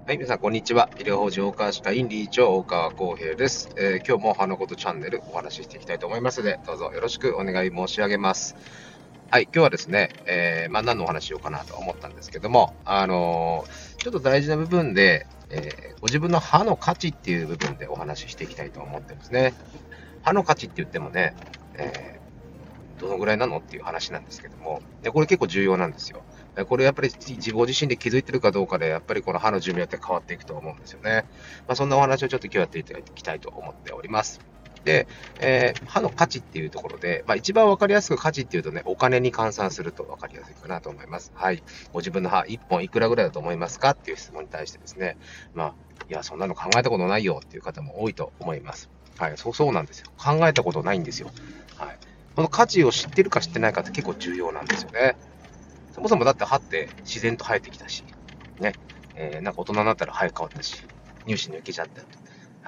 はい、皆さん、こんにちは。医療法人大川歯科院理事長、大川康平です。今日も歯のことチャンネルお話ししていきたいと思いますので、どうぞよろしくお願い申し上げます。はい、今日はですね、何のお話ししようかなと思ったんですけども、ちょっと大事な部分で、ご自分の歯の価値っていう部分でお話ししていきたいと思ってますね。歯の価値って言ってもね、どのぐらいなのっていう話なんですけども、でこれ結構重要なんですよ。これやっぱり自分自身で気づいてるかどうかで、やっぱりこの歯の寿命って変わっていくと思うんですよね。そんなお話をちょっと今日やっていきたいと思っております。で、歯の価値っていうところで、一番わかりやすく価値っていうとね、お金に換算するとわかりやすいかなと思います。はい。ご自分の歯1本いくらぐらいだと思いますかっていう質問に対してですね、いや、そんなの考えたことないよっていう方も多いと思います。はい。そうなんですよ。考えたことないんですよ。はい。この価値を知ってるか知ってないかって結構重要なんですよね。そもそもだって歯って自然と生えてきたし、ね、なんか大人になったら生え変わったし、乳歯抜けちゃった。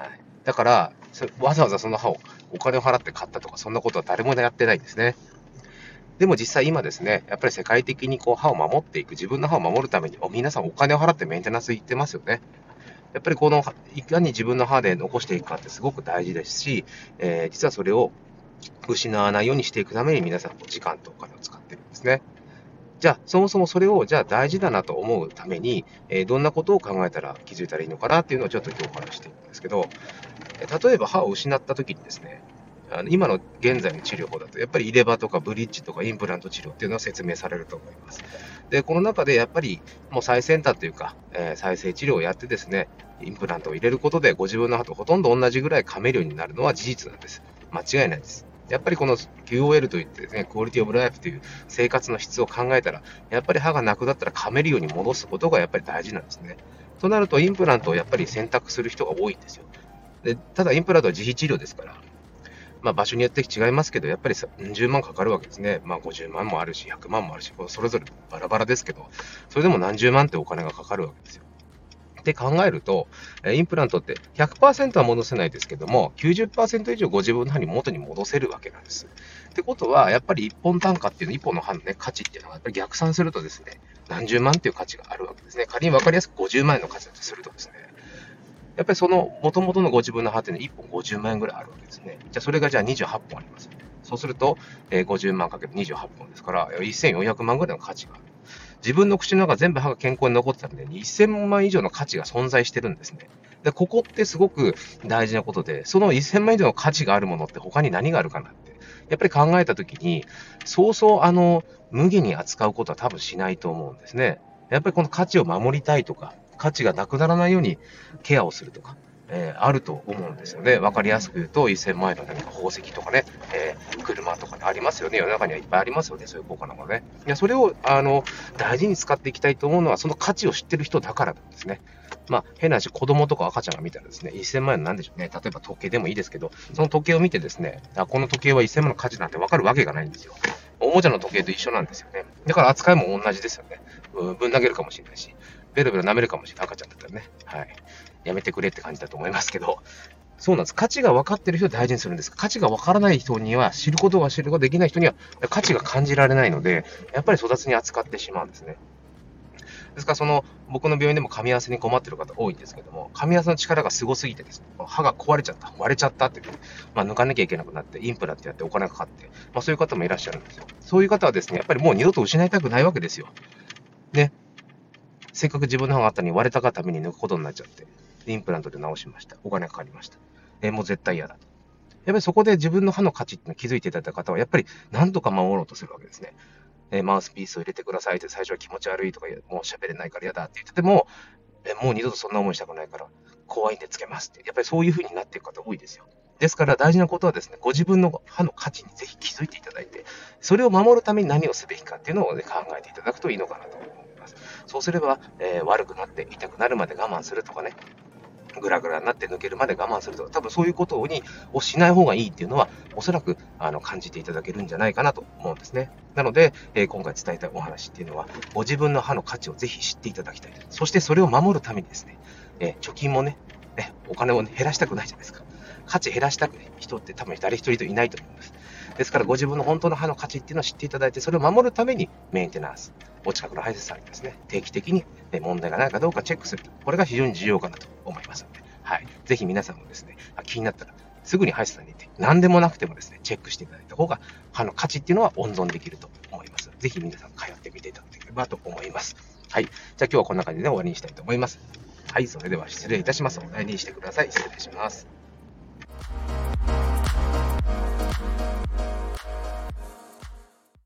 はい。だから、わざわざその歯をお金を払って買ったとか、そんなことは誰もやってないんですね。でも実際今ですね、やっぱり世界的にこう歯を守っていく、自分の歯を守るために、皆さんお金を払ってメンテナンス行ってますよね。やっぱりいかに自分の歯で残していくかってすごく大事ですし、実はそれを失わないようにしていくために皆さん時間とお金を使ってるんですね。じゃあ、そもそもそれをじゃあ大事だなと思うために、どんなことを考えたら気づいたらいいのかなっていうのをちょっと今日お話していくんですけど、例えば歯を失った時にですね、今の現在の治療法だと、やっぱり入れ歯とかブリッジとかインプラント治療っていうのは説明されると思います。で、この中でやっぱりもう最先端というか、再生治療をやってですね、インプラントを入れることでご自分の歯とほとんど同じぐらい噛めるようになるのは事実なんです。間違いないです。やっぱりこの QOL といってですね、クオリティオブライフという生活の質を考えたら、やっぱり歯がなくなったら噛めるように戻すことがやっぱり大事なんですね。となると、インプラントをやっぱり選択する人が多いんですよ。ただ、インプラントは自費治療ですから、場所によって違いますけど、やっぱり10万かかるわけですね。50万もあるし、100万もあるし、それぞれバラバラですけど、それでも何十万ってお金がかかるわけですよ。って考えると、インプラントって100%は戻せないですけども、90%以上ご自分の歯に元に戻せるわけなんです。ってことは、やっぱり1本単価っていうの、1本の歯の、ね、価値っていうのは、やっぱり逆算するとですね、何十万っていう価値があるわけですね。仮に分かりやすく50万円の価値だとするとですね、やっぱりその元々のご自分の歯っていうのは1本50万円ぐらいあるわけですね。じゃあそれがじゃあ28本あります。そうすると、50万かける28本ですから、1400万ぐらいの価値がある。自分の口の中全部歯が健康に残ってたんで、1000万以上の価値が存在してるんですね。で、ここってすごく大事なことで、その1000万以上の価値があるものって他に何があるかなって。やっぱり考えたときに、そうそう無限に扱うことは多分しないと思うんですね。やっぱりこの価値を守りたいとか、価値がなくならないようにケアをするとか、あると思うんですよね。わかりやすく言うと、1000万円の何か宝石とかね、車とかありますよね。世の中にはいっぱいありますよね。そういう高価なものね。いや、それを、大事に使っていきたいと思うのは、その価値を知ってる人だからなんですね。変な話、子供とか赤ちゃんが見たらですね、1000万円の何でしょうね。例えば時計でもいいですけど、その時計を見てですね、この時計は1000万の価値なんてわかるわけがないんですよ。おもちゃの時計と一緒なんですよね。だから扱いも同じですよね。ぶん投げるかもしれないし、ベロベロ舐めるかもしれない。赤ちゃんだったらね。はい。やめてくれって感じだと思いますけど、そうなんです。価値が分かってる人を大事にするんです。価値が分からない人には、知ることが知ることができない人には、価値が感じられないので、やっぱり粗雑に扱ってしまうんですね。ですから、僕の病院でも噛み合わせに困っている方多いんですけども、噛み合わせの力がすごすぎてですね、歯が壊れちゃった、割れちゃったって言って、抜かなきゃいけなくなって、インプラントやってお金がかかって、そういう方もいらっしゃるんですよ。そういう方はですね、やっぱりもう二度と失いたくないわけですよ。ね。せっかく自分の歯があったのに割れたがために抜くことになっちゃって、インプラントで直しました。お金かかりました。もう絶対嫌だと。やっぱりそこで自分の歯の価値っていうのを気づいていただいた方は、やっぱり何とか守ろうとするわけですね。マウスピースを入れてくださいって最初は気持ち悪いとか、もう喋れないから嫌だって言ってても、もう二度とそんな思いしたくないから、怖いんでつけますって。やっぱりそういう風になっていく方多いですよ。ですから大事なことはですね、ご自分の歯の価値にぜひ気づいていただいて、それを守るために何をすべきかっていうのを、ね、考えていただくといいのかなと思います。そうすれば、悪くなって痛くなるまで我慢するとかね、ぐらぐらになって抜けるまで我慢するとか、多分そういうことをしない方がいいっていうのは、おそらく感じていただけるんじゃないかなと思うんですね。なので、今回伝えたいお話っていうのは、ご自分の歯の価値をぜひ知っていただきたい。そしてそれを守るためにですね、貯金もね、お金を、ね、減らしたくないじゃないですか。価値減らしたくない人って多分誰一人といないと思います。 ですからご自分の本当の歯の価値っていうのを知っていただいて、それを守るためにメンテナンス、お近くの歯医者さんにですね、定期的に問題がないかどうかチェックする。これが非常に重要かなと思いますので、はい。ぜひ皆さんもですね、気になったら、すぐに歯医者さんに行って、何でもなくてもですね、チェックしていただいた方が、歯の価値っていうのは温存できると思います。ぜひ皆さん通ってみていただければと思います。はい。じゃあ今日はこんな感じで終わりにしたいと思います。はい。それでは失礼いたします。お大事にしてください。失礼します。